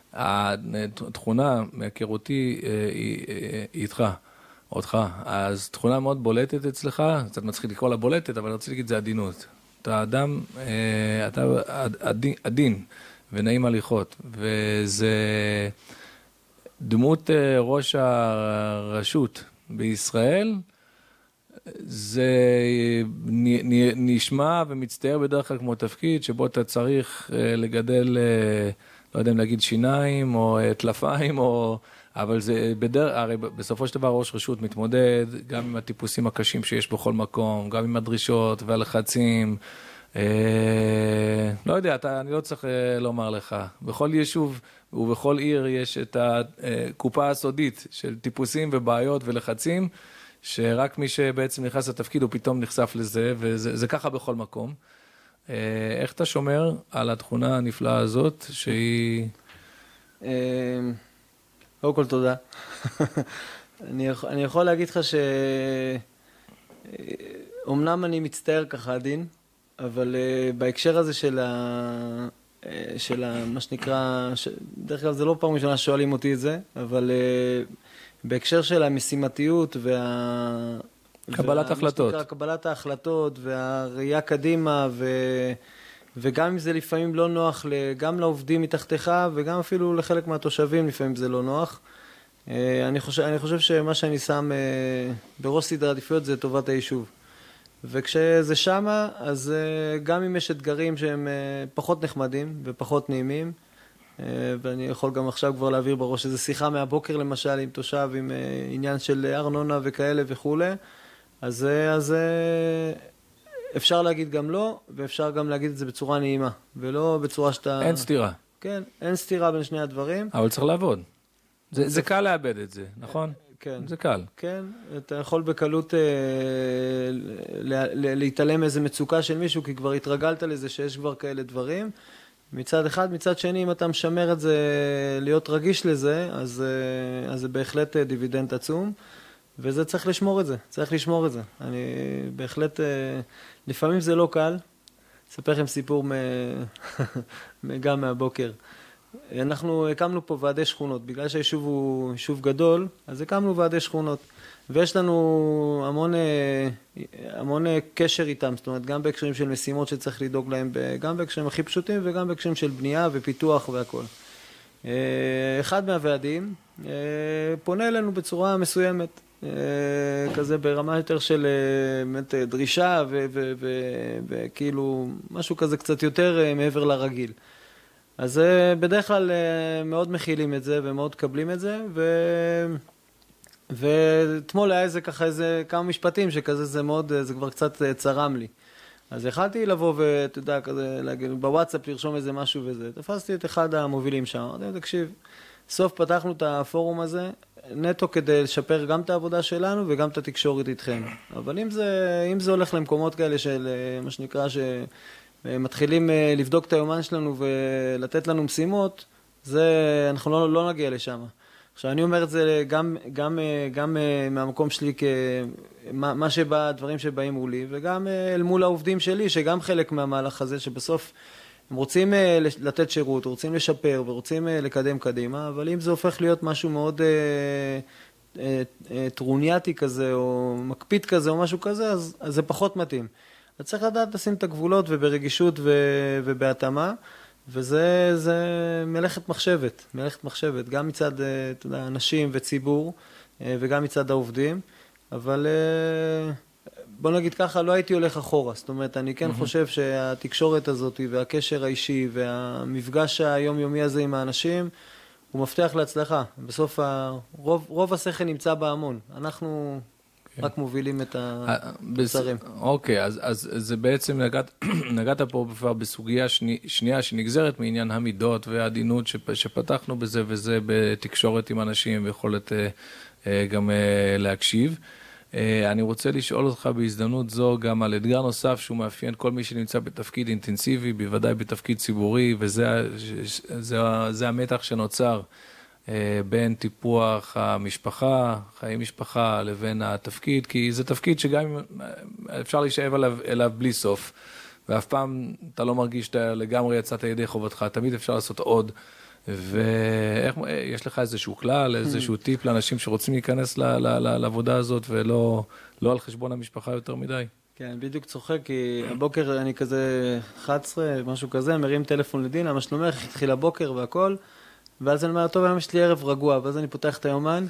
התכונה מהיכרותי היא איתך. אותך. אז תכונה מאוד בולטת אצלך, קצת מצחיק לקרוא לה בולטת, אבל אני רוצה להגיד, זה עדינות. אתה אדם, אתה עדין ונעים הליכות, וזה דמות ראש הרשות בישראל, זה נשמע ומצטייר בדרך כלל כמו תפקיד שבו אתה צריך לגדל, לא יודע אם להגיד שיניים או טלפיים, או... אבל זה בדרך, הרי בסופו של דבר ראש רשות מתמודד גם עם הטיפוסים הקשים שיש בכל מקום, גם עם הדרישות והלחצים. אה, לא יודע, אתה, אני לא צריך אה, לומר לך. בכל יישוב ובכל עיר יש את הקופה הסודית של טיפוסים ובעיות ולחצים, שרק מי שבעצם נכנס לתפקיד הוא פתאום נחשף לזה, וזה זה ככה בכל מקום. אה, איך אתה שומר על התכונה הנפלאה הזאת שהיא... אה... קודם כל תודה. אני, יכול, אני יכול להגיד לך שאומנם אני מצטער ככה עדין, אבל uh, בהקשר הזה של, ה, uh, של ה, מה שנקרא, ש... דרך כלל זה לא פעם ראשונה שואלים אותי את זה, אבל uh, בהקשר של המשימתיות וה... קבלת וה, החלטות. שנקרא, קבלת ההחלטות והראייה קדימה ו... וגם אם זה לפעמים לא נוח גם לעובדים מתחתיך, וגם אפילו לחלק מהתושבים לפעמים זה לא נוח. אני חושב, אני חושב שמה שאני שם בראש סדר העדיפויות זה טובת היישוב. וכשזה שמה, אז גם אם יש אתגרים שהם פחות נחמדים ופחות נעימים, ואני יכול גם עכשיו כבר להעביר בראש איזו שיחה מהבוקר למשל עם תושב, עם עניין של ארנונה וכאלה וכו', אז... אז אפשר להגיד גם לא, ואפשר גם להגיד את זה בצורה נעימה, ולא בצורה שאתה... אין סתירה. כן, אין סתירה בין שני הדברים. אבל צריך לעבוד. זה, זה קל לאבד את זה, נכון? כן. זה קל. כן, אתה יכול בקלות אה, להתעלם מאיזה מצוקה של מישהו, כי כבר התרגלת לזה שיש כבר כאלה דברים. מצד אחד, מצד שני, אם אתה משמר את זה, להיות רגיש לזה, אז, אה, אז זה בהחלט דיבידנד עצום. וזה צריך לשמור את זה, צריך לשמור את זה. אני בהחלט, לפעמים זה לא קל. אספר לכם סיפור גם מהבוקר. אנחנו הקמנו פה ועדי שכונות, בגלל שהיישוב הוא יישוב גדול, אז הקמנו ועדי שכונות. ויש לנו המון, המון קשר איתם, זאת אומרת, גם בהקשרים של משימות שצריך לדאוג להם, גם בהקשרים הכי פשוטים וגם בהקשרים של בנייה ופיתוח והכל. אחד מהוועדים פונה אלינו בצורה מסוימת, כזה ברמה יותר של באמת דרישה וכאילו משהו כזה קצת יותר מעבר לרגיל. אז בדרך כלל מאוד מכילים את זה ומאוד קבלים את זה, ו... ואתמול היה איזה ככה איזה כמה משפטים שכזה זה מאוד, זה כבר קצת צרם לי. אז החלטתי לבוא ואתה יודע, כזה להגיד, בוואטסאפ לרשום איזה משהו וזה. תפסתי את אחד המובילים שם, אמרתי, תקשיב, סוף פתחנו את הפורום הזה, נטו כדי לשפר גם את העבודה שלנו וגם את התקשורת איתכם. אבל אם זה, אם זה הולך למקומות כאלה של מה שנקרא, שמתחילים לבדוק את היומן שלנו ולתת לנו משימות, זה, אנחנו לא, לא נגיע לשם. עכשיו, אני אומר את זה גם, גם, גם מהמקום שלי, כמה, מה שבא, דברים שבאים מולי, וגם אל מול העובדים שלי, שגם חלק מהמהלך הזה, שבסוף הם רוצים לתת שירות, רוצים לשפר ורוצים לקדם קדימה, אבל אם זה הופך להיות משהו מאוד טרוניאטי כזה, או מקפיד כזה, או משהו כזה, אז, אז זה פחות מתאים. אז צריך לדעת לשים את הגבולות וברגישות ובהתאמה, וזה זה מלאכת מחשבת, מלאכת מחשבת, גם מצד אתה יודע, אנשים וציבור, וגם מצד העובדים, אבל בוא נגיד ככה, לא הייתי הולך אחורה, זאת אומרת, אני כן mm-hmm. חושב שהתקשורת הזאת והקשר האישי והמפגש היומיומי הזה עם האנשים, הוא מבטיח להצלחה. בסוף הרוב, רוב השכל נמצא בהמון, אנחנו okay. רק מובילים את התוצרים. אוקיי, אז, אז זה בעצם נגעת, נגעת פה כבר בסוגיה שני, שנייה שנגזרת מעניין המידות והעדינות שפתחנו בזה, וזה בתקשורת עם אנשים ויכולת גם להקשיב. אני רוצה לשאול אותך בהזדמנות זו גם על אתגר נוסף שהוא מאפיין כל מי שנמצא בתפקיד אינטנסיבי, בוודאי בתפקיד ציבורי, וזה זה, זה המתח שנוצר בין טיפוח המשפחה, חיי משפחה, לבין התפקיד, כי זה תפקיד שגם אפשר להישאב אליו, אליו בלי סוף, ואף פעם אתה לא מרגיש שאתה לגמרי יצאת ידי חובתך, תמיד אפשר לעשות עוד, ויש לך איזשהו כלל, איזשהו טיפ לאנשים שרוצים להיכנס לעבודה הזאת, ולא לא על חשבון המשפחה יותר מדי? כן, בדיוק צוחק, כי הבוקר אני כזה אחת עשרה, משהו כזה, מרים טלפון לדינה, מה שלומך, התחיל הבוקר והכל, ואז אני אומר, טוב, היום יש לי ערב רגוע, ואז אני פותח את היומן.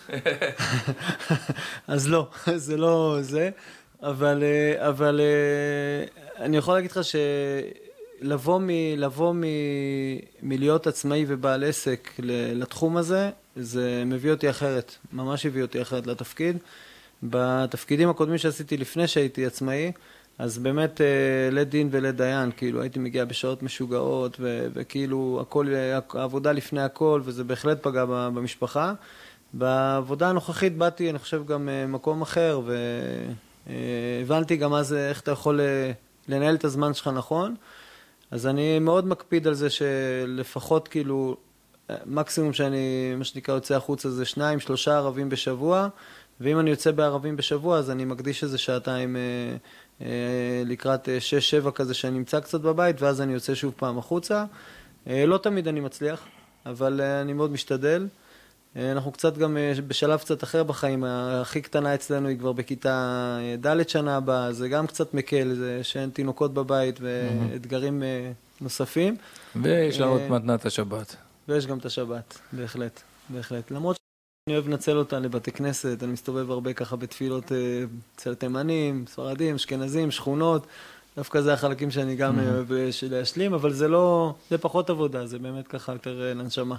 אז לא, זה לא זה. אבל, אבל אני יכול להגיד לך שלבוא מ, לבוא מ, מלהיות עצמאי ובעל עסק לתחום הזה, זה מביא אותי אחרת, ממש הביא אותי אחרת לתפקיד. בתפקידים הקודמים שעשיתי לפני שהייתי עצמאי, אז באמת לית דין ולית דיין, כאילו הייתי מגיע בשעות משוגעות, ו- וכאילו הכל, העבודה לפני הכל, וזה בהחלט פגע במשפחה. בעבודה הנוכחית באתי, אני חושב, גם מקום אחר, והבנתי גם אז איך אתה יכול לנהל את הזמן שלך נכון. אז אני מאוד מקפיד על זה שלפחות כאילו, מקסימום שאני, מה שנקרא, יוצא החוצה זה שניים, שלושה ערבים בשבוע, ואם אני יוצא בערבים בשבוע, אז אני מקדיש איזה שעתיים אה, אה, לקראת אה, שש, שבע כזה שאני נמצא קצת בבית, ואז אני יוצא שוב פעם החוצה. אה, לא תמיד אני מצליח, אבל אה, אני מאוד משתדל. אה, אנחנו קצת גם אה, בשלב קצת אחר בחיים, הכי קטנה אצלנו היא כבר בכיתה אה, ד' שנה הבאה, זה גם קצת מקל, זה שאין תינוקות בבית ואתגרים אה, נוספים. ויש לנו את מתנת השבת. ויש גם את השבת, בהחלט, בהחלט. למרות אני אוהב לנצל אותה לבתי כנסת, אני מסתובב הרבה ככה בתפילות אצל תימנים, ספרדים, אשכנזים, שכונות, דווקא זה החלקים שאני גם אוהב להשלים, אבל זה לא, זה פחות עבודה, זה באמת ככה יותר לנשמה.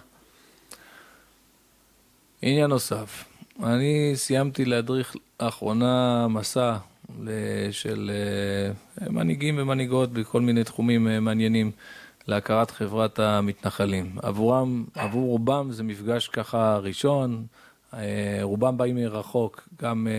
עניין נוסף, אני סיימתי להדריך לאחרונה מסע של מנהיגים ומנהיגות בכל מיני תחומים מעניינים להכרת חברת המתנחלים. עבורם, עבור רובם זה מפגש ככה ראשון, רובם באים מרחוק, גם,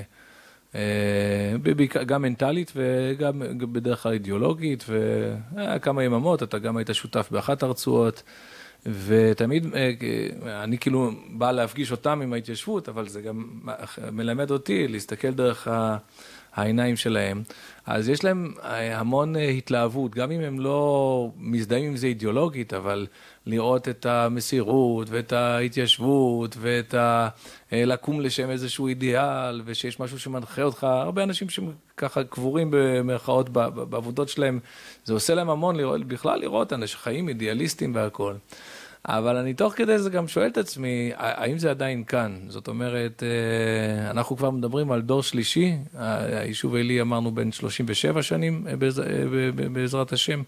גם מנטלית וגם בדרך כלל אידיאולוגית, וכמה יממות, אתה גם היית שותף באחת הרצועות, ותמיד אני כאילו בא להפגיש אותם עם ההתיישבות, אבל זה גם מלמד אותי להסתכל דרך העיניים שלהם. אז יש להם המון התלהבות, גם אם הם לא מזדהים עם זה אידיאולוגית, אבל לראות את המסירות ואת ההתיישבות ואת ה... לקום לשם איזשהו אידיאל, ושיש משהו שמנחה אותך. הרבה אנשים שככה קבורים במרכאות בעבודות שלהם, זה עושה להם המון לראות, בכלל לראות אנשים חיים אידיאליסטים והכל. אבל אני תוך כדי זה גם שואל את עצמי, האם זה עדיין כאן? זאת אומרת, אנחנו כבר מדברים על דור שלישי, היישוב אלי אמרנו בין שלושים ושבע שנים בעזרת השם,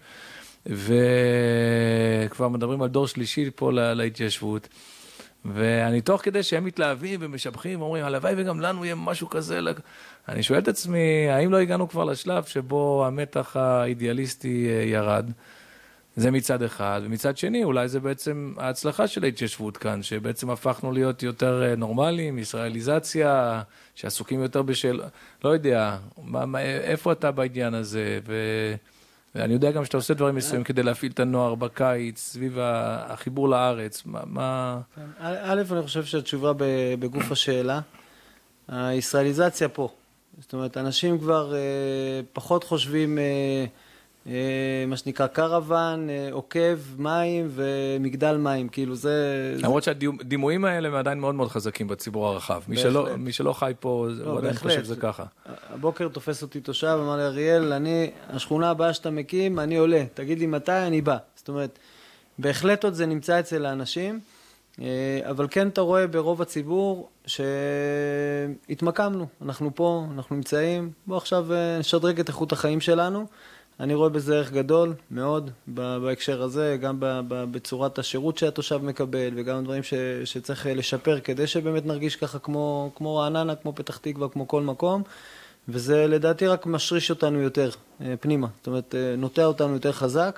וכבר מדברים על דור שלישי פה להתיישבות, ואני תוך כדי שהם מתלהבים ומשבחים, אומרים, הלוואי וגם לנו יהיה משהו כזה, אני שואל את עצמי, האם לא הגענו כבר לשלב שבו המתח האידיאליסטי ירד? זה מצד אחד, ומצד שני, אולי זה בעצם ההצלחה של ההתיישבות כאן, שבעצם הפכנו להיות יותר נורמליים, ישראליזציה, שעסוקים יותר בשאל... לא יודע, מה, מה, איפה אתה בעניין הזה? ו... ואני יודע גם שאתה עושה דברים מסוימים כדי להפעיל את הנוער בקיץ, סביב החיבור לארץ. מה... מה... א', אני חושב שהתשובה בגוף השאלה, הישראליזציה פה. זאת אומרת, אנשים כבר פחות חושבים... מה שנקרא קרוון, עוקב, מים ומגדל מים, כאילו זה... למרות שהדימויים האלה הם עדיין מאוד מאוד חזקים בציבור הרחב. מי שלא, מי שלא חי פה, הוא עדיין חושב שזה ככה. הבוקר תופס אותי תושב, אמר לי, אריאל, אני, השכונה הבאה שאתה מקים, אני עולה, תגיד לי מתי, אני בא. זאת אומרת, בהחלט עוד זה נמצא אצל האנשים, אבל כן אתה רואה ברוב הציבור שהתמקמנו, אנחנו פה, אנחנו נמצאים, בוא עכשיו נשדרג את איכות החיים שלנו, אני רואה בזה ערך גדול מאוד בהקשר הזה, גם בצורת השירות שהתושב מקבל, וגם דברים ש, שצריך לשפר כדי שבאמת נרגיש ככה כמו, כמו רעננה, כמו פתח תקווה, כמו כל מקום, וזה לדעתי רק משריש אותנו יותר פנימה, זאת אומרת, נוטע אותנו יותר חזק,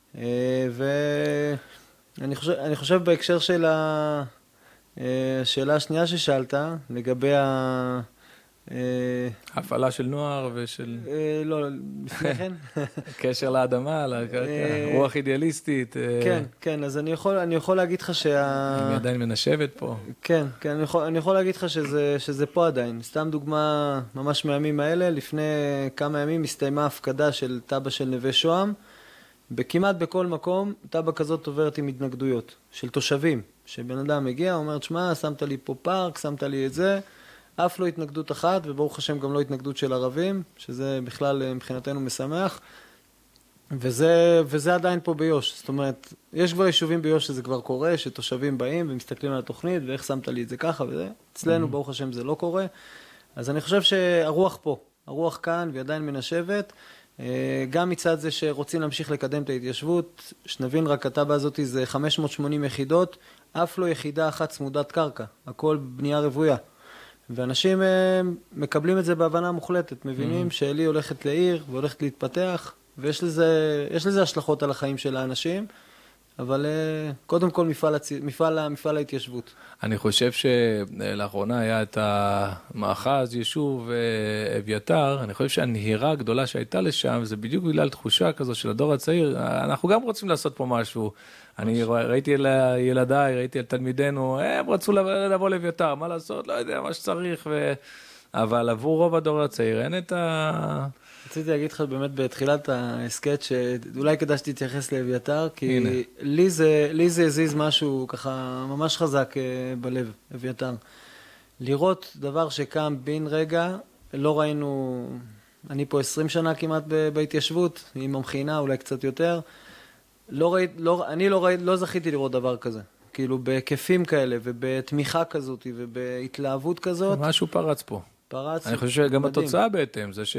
ואני חושב, אני חושב בהקשר של השאלה השנייה ששאלת, לגבי ה... הפעלה של נוער ושל... לא, לפני כן. קשר לאדמה, רוח אידיאליסטית. כן, כן, אז אני יכול, אני יכול להגיד לך שה... היא עדיין מנשבת פה. כן, כן, אני יכול, אני יכול להגיד לך שזה, שזה פה עדיין. סתם דוגמה ממש מהימים האלה, לפני כמה ימים הסתיימה הפקדה של טאבה של נווה שוהם, בכמעט בכל מקום, טאבה כזאת עוברת עם התנגדויות של תושבים, שבן אדם מגיע, אומר, שמה, שמת לי פה פארק, שמת לי את זה, אף לא התנגדות אחת, וברוך השם גם לא התנגדות של ערבים, שזה בכלל מבחינתנו משמח. וזה, וזה עדיין פה ביוש. זאת אומרת, יש כבר יישובים ביוש שזה כבר קורה, שתושבים באים ומסתכלים על התוכנית, ואיך שמת לי את זה ככה וזה. אצלנו, ברוך השם, זה לא קורה. אז אני חושב שהרוח פה, הרוח כאן, והיא עדיין מנשבת. גם מצד זה שרוצים להמשיך לקדם את ההתיישבות, שנבין רק התב"ע הזאת זה חמש מאות ושמונים יחידות, אף לא יחידה אחת צמודת קרקע, הכל בנייה רוויה. ואנשים מקבלים את זה בהבנה מוחלטת, מבינים שאלי הולכת לעיר והולכת להתפתח, ויש לזה, יש לזה השלכות על החיים של האנשים, אבל קודם כל מפעל, מפעל, מפעל ההתיישבות. אני חושב שלאחרונה היה את המאחז, יישוב אביתר, אני חושב שהנהירה הגדולה שהייתה לשם, זה בדיוק בגלל תחושה כזו של הדור הצעיר, אנחנו גם רוצים לעשות פה משהו. אני ראיתי על ילדיי, ראיתי על תלמידינו, הם רצו לבוא לאביתר, מה לעשות? לא יודע, מה שצריך, ו... אבל עבור רוב הדור הצעיר אין את ה... רציתי להגיד לך באמת בתחילת הסקט שאולי כדאי שתתייחס לאביתר, כי לי זה, לי זה הזיז משהו ככה ממש חזק בלב, אביתר. לראות דבר שקם בין רגע, לא ראינו, אני פה עשרים שנה כמעט בהתיישבות, עם המכינה אולי קצת יותר, לא ראית, לא, אני לא, ראית, לא זכיתי לראות דבר כזה. כאילו בהיקפים כאלה ובתמיכה כזאת ובהתלהבות כזאת. משהו פרץ פה. פרץ. אני חושב שגם מדהים. התוצאה בהתאם, זה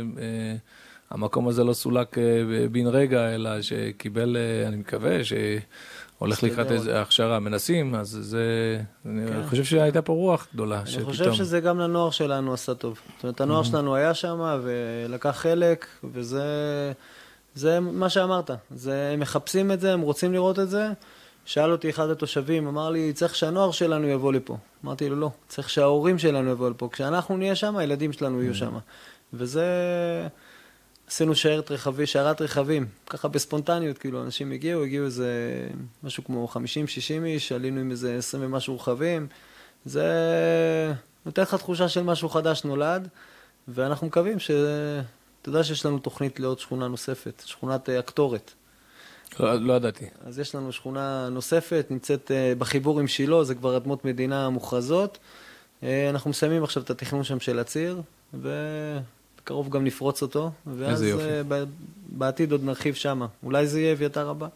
שהמקום הזה לא סולק בין רגע, אלא שקיבל, אני מקווה, שהולך לקראת איזו הכשרה, מנסים, אז זה, כן. אני חושב שהייתה פה רוח גדולה. אני שפתאום... חושב שזה גם לנוער שלנו עשה טוב. זאת אומרת, הנוער mm-hmm. שלנו היה שם ולקח חלק, וזה זה מה שאמרת. זה, הם מחפשים את זה, הם רוצים לראות את זה. שאל אותי אחד התושבים, אמר לי, צריך שהנוער שלנו יבוא לפה. אמרתי לו, לא, צריך שההורים שלנו יבוא לפה. כשאנחנו נהיה שם, הילדים שלנו יהיו שם. וזה, עשינו שיירת רכבים, שיירת רכבים, ככה בספונטניות, כאילו, אנשים הגיעו, הגיעו איזה משהו כמו חמישים שישים איש, עלינו עם איזה עשרים ומשהו רכבים. זה נותן לך תחושה של משהו חדש נולד, ואנחנו מקווים ש... אתה יודע שיש לנו תוכנית לעוד שכונה נוספת, שכונת אקטורת. לא, לא ידעתי. אז יש לנו שכונה נוספת, נמצאת בחיבור עם שילה, זה כבר אדמות מדינה מוכרזות. אנחנו מסיימים עכשיו את התכנון שם של הציר, ובקרוב גם נפרוץ אותו. ואז בעתיד עוד נרחיב שם. אולי זה יהיה אביתר הבא.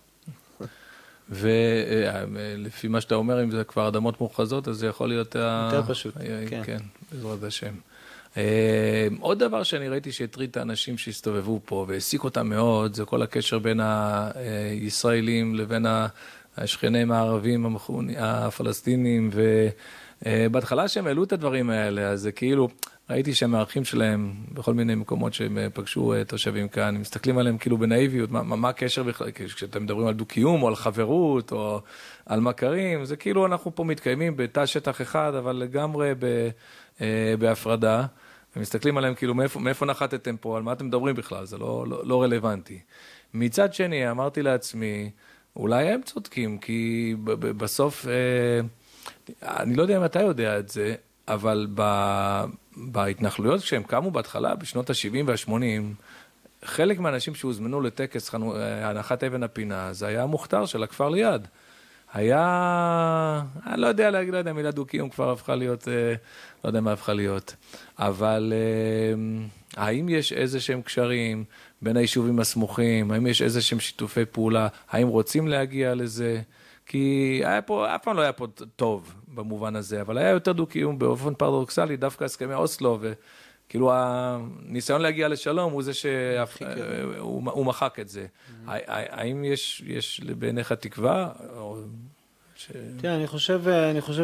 ולפי מה שאתה אומר, אם זה כבר אדמות מוכרזות, אז זה יכול להיות... יותר פשוט, כן. כן, בעזרת השם. עוד דבר שאני ראיתי שהטריד את האנשים שהסתובבו פה והעסיק אותם מאוד, זה כל הקשר בין הישראלים לבין השכנים הערבים הפלסטינים, ובהתחלה שהם העלו את הדברים האלה, אז זה כאילו, ראיתי שהם הערכים שלהם בכל מיני מקומות שהם פגשו תושבים כאן, הם מסתכלים עליהם כאילו בנאיביות, מה, מה הקשר בכלל, כשאתם מדברים על דו-קיום או על חברות או על מכרים, זה כאילו אנחנו פה מתקיימים בתא שטח אחד, אבל לגמרי ב, בהפרדה, ומסתכלים עליהם כאילו מאיפה, מאיפה נחתתם פה, על מה אתם מדברים בכלל, זה לא, לא, לא רלוונטי. מצד שני, אמרתי לעצמי, אולי הם צודקים, כי בסוף, אני לא יודע אם אתה יודע את זה, אבל ב, בהתנחלויות כשהם קמו בהתחלה, בשנות ה-שבעים וה-שמונים, חלק מהאנשים שהוזמנו לטקס חנו, הנחת אבן הפינה, זה היה המוכתר של הכפר ליד. היה, אני לא יודע להגיד, לא יודע, מילה דו-קיום כבר הפכה להיות, לא יודע מה הפכה להיות, אבל האם יש איזה שהם קשרים בין היישובים הסמוכים, האם יש איזה שהם שיתופי פעולה, האם רוצים להגיע לזה? כי היה פה, אף פעם לא היה פה טוב במובן הזה, אבל היה יותר דו-קיום באופן פרדוקסלי, דווקא הסכמי אוסלו, וכאילו הניסיון להגיע לשלום הוא זה שהוא מחק את זה. האם יש, יש בעיניך תקווה? תראה, אני חושב, אני חושב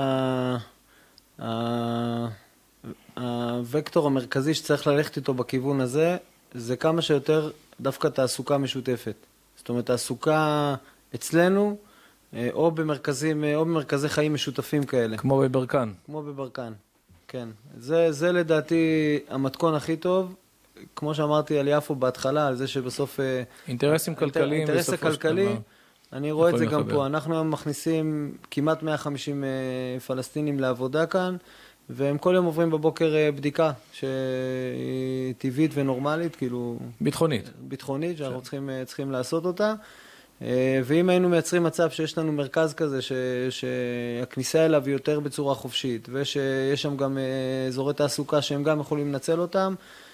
שהווקטור המרכזי שצריך ללכת איתו בכיוון הזה, זה כמה שיותר דווקא תעסוקה משותפת. זאת אומרת, תעסוקה אצלנו, או במרכזים, או במרכזי חיים משותפים כאלה. כמו בברקן. כמו בברקן, כן. זה, זה לדעתי המתכון הכי טוב, כמו שאמרתי על יפו בהתחלה, על זה שבסוף... אינטרסים כלכליים. אינטרס הכלכלי, אני רואה את זה גם פה. אנחנו היום מכניסים כמעט מאה וחמישים פלסטינים לעבודה כאן, והם כל יום עוברים בבוקר בדיקה שהיא טבעית ונורמלית, כאילו... ביטחונית. ביטחונית, שאנחנו צריכים, צריכים לעשות אותה. ואם היינו מייצרים מצב שיש לנו מרכז כזה, ש, שהכניסה אליו היא יותר בצורה חופשית, ושיש שם גם אזורי תעסוקה שהם גם יכולים לנצל אותם,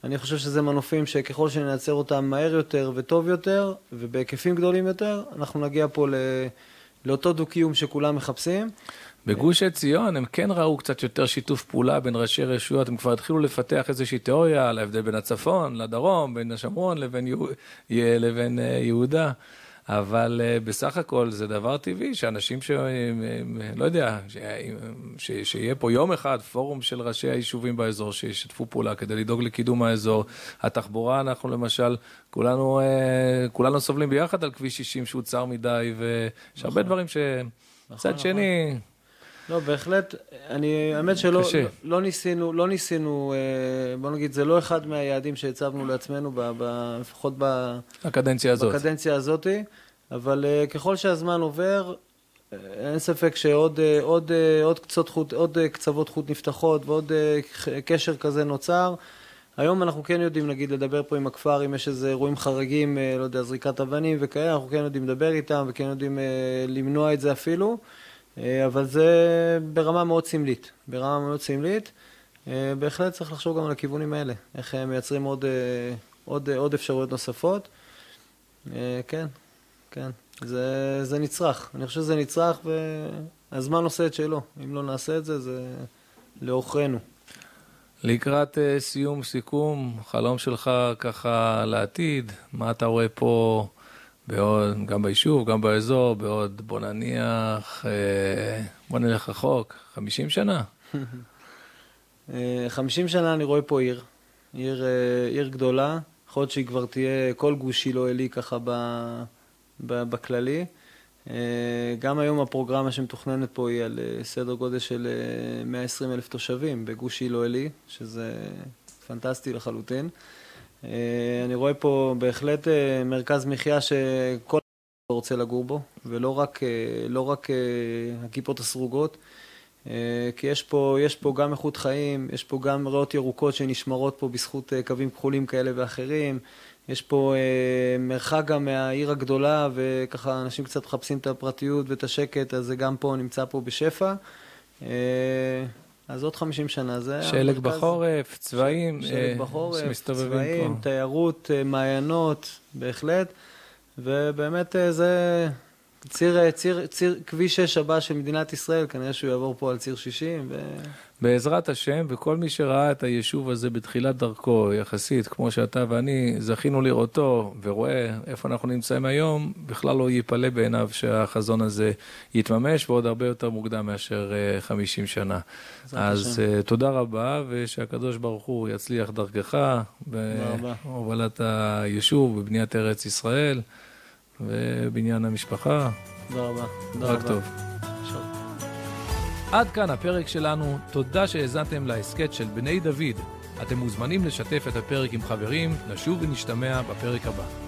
אני חושב שזה מנופים שככל שנייצר אותם מהר יותר וטוב יותר, ובהיקפים גדולים יותר, אנחנו נגיע פה ל... לאותו דו-קיום שכולם מחפשים. בגוש עציון הם כן ראו קצת יותר שיתוף פעולה בין ראשי רשויות, הם כבר התחילו לפתח איזושהי תיאוריה על ההבדל בין הצפון לדרום, בין השומרון לבין, יהוד... לבין יהודה, אבל בסך הכל זה דבר טבעי שאנשים ש... לא יודע, ש... ש... שיהיה פה יום אחד פורום של ראשי היישובים באזור שישתפו פעולה כדי לדאוג לקידום האזור. התחבורה, אנחנו למשל, כולנו, כולנו סובלים ביחד על כביש שישים שהוא צר מדי, ויש הרבה דברים ש... צד שני... לא, בהחלט, אני, האמת שלא לא, לא ניסינו, לא ניסינו, בוא נגיד, זה לא אחד מהיעדים שהצבנו לעצמנו, ב, ב, לפחות בקדנציה הזאת. בקדנציה הזאת, אבל ככל שהזמן עובר, אין ספק שעוד עוד, עוד קצות חוט, עוד קצוות חוט נפתחות, ועוד קשר כזה נוצר. היום אנחנו כן יודעים, נגיד, לדבר פה עם הכפר, אם יש איזה אירועים חריגים, לא יודע, זריקת אבנים וכאלה, אנחנו כן יודעים לדבר איתם, וכן יודעים למנוע את זה אפילו. אבל זה ברמה מאוד סמלית, ברמה מאוד סמלית. בהחלט צריך לחשוב גם על הכיוונים האלה, איך מייצרים עוד, עוד, עוד אפשרויות נוספות. כן, כן, זה, זה נצרך. אני חושב שזה נצרך והזמן עושה את שלו. אם לא נעשה את זה, זה לאוכרנו. לקראת סיום, סיכום, חלום שלך ככה לעתיד, מה אתה רואה פה? בעוד, גם ביישוב, גם באזור, בעוד, בוא נניח, בוא נלך רחוק, חמישים שנה. חמישים שנה אני רואה פה עיר, עיר, עיר גדולה, יכול להיות שהיא כבר תהיה כל גוש שילואלי ככה ב, ב, בכללי. גם היום הפרוגרמה שמתוכננת פה היא על סדר גודל של מאה ועשרים אלף תושבים בגוש שילואלי, שזה פנטסטי לחלוטין. אני רואה פה בהחלט מרכז מחיה שכל אחד רוצה לגור בו, ולא רק, לא רק הכיפות הסרוגות, כי יש פה, יש פה גם איכות חיים, יש פה גם ריאות ירוקות שנשמרות פה בזכות קווים כחולים כאלה ואחרים, יש פה מרחק גם מהעיר הגדולה, וככה אנשים קצת מחפשים את הפרטיות ואת השקט, אז זה גם פה נמצא פה בשפע. אז עוד חמישים שנה, זה... שלג בחורף, צבעים, שלג בחורף, צבעים, תיירות, מעיינות, בהחלט. ובאמת זה ציר, ציר, ציר, כביש שש הבא של מדינת ישראל, כנראה שהוא יעבור פה על ציר שישים. ו... בעזרת השם, וכל מי שראה את היישוב הזה בתחילת דרכו, יחסית, כמו שאתה ואני, זכינו לראותו ורואה איפה אנחנו נמצאים היום, בכלל לא ייפלא בעיניו שהחזון הזה יתממש, ועוד הרבה יותר מוקדם מאשר חמישים שנה. אז השם. תודה רבה, ושהקדוש ברוך הוא יצליח דרכך, בהובלת היישוב, בבניית ארץ ישראל, ובניין המשפחה. תודה רבה. רק טוב. עד כאן הפרק שלנו, תודה שהאזנתם להסכת של בני דוד. אתם מוזמנים לשתף את הפרק עם חברים, נשוב ונשתמע בפרק הבא.